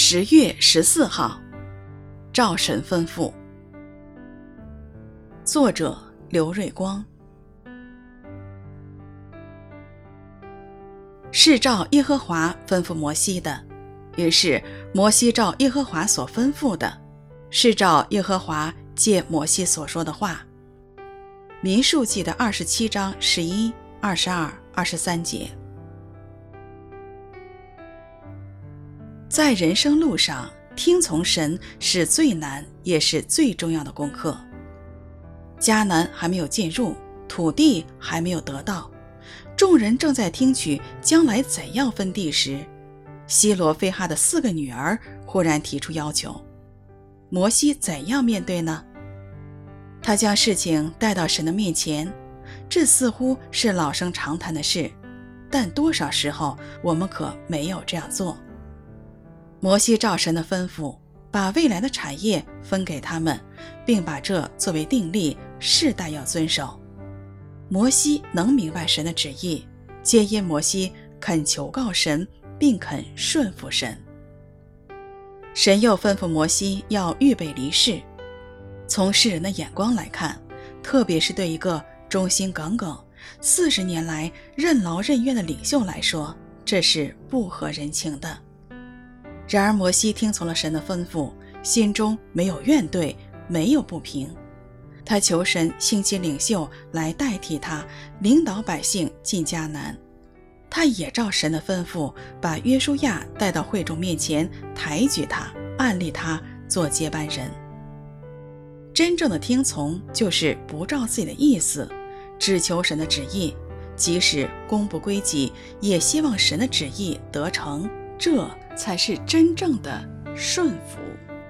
10月14号，照神吩咐。作者刘瑞光。是照耶和华吩咐摩西的，于是摩西照耶和华所吩咐的，是照耶和华借摩西所说的话。民数记的27章11、22、23节。在人生路上，听从神是最难也是最重要的功课。迦南还没有进入，土地还没有得到，众人正在听取将来怎样分地时，西罗非哈的4个女儿忽然提出要求。摩西怎样面对呢？他将事情带到神的面前，这似乎是老生常谈的事，但多少时候我们可没有这样做。摩西照神的吩咐，把未来的产业分给他们，并把这作为定例，世代要遵守。摩西能明白神的旨意，皆因摩西肯求告神，并肯顺服神。神又吩咐摩西要预备离世。从世人的眼光来看，特别是对一个忠心耿耿、40年来任劳任怨的领袖来说，这是不合人情的。然而摩西听从了神的吩咐，心中没有怨怼，没有不平。他求神兴起领袖来代替他，领导百姓进迦南。他也照神的吩咐，把约书亚带到会众面前，抬举他，按立他做接班人。真正的听从就是不照自己的意思，只求神的旨意，即使功不归己，也希望神的旨意得成，这才是真正的顺服。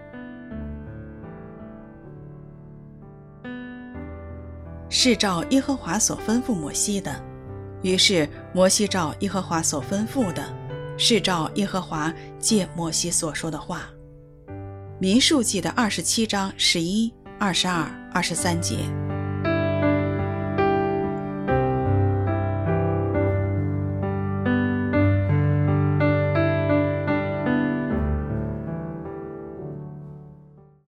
是照耶和华所吩咐摩西的，于是摩西照耶和华所吩咐的，是照耶和华借摩西所说的话。民数记的27章11、22、23节。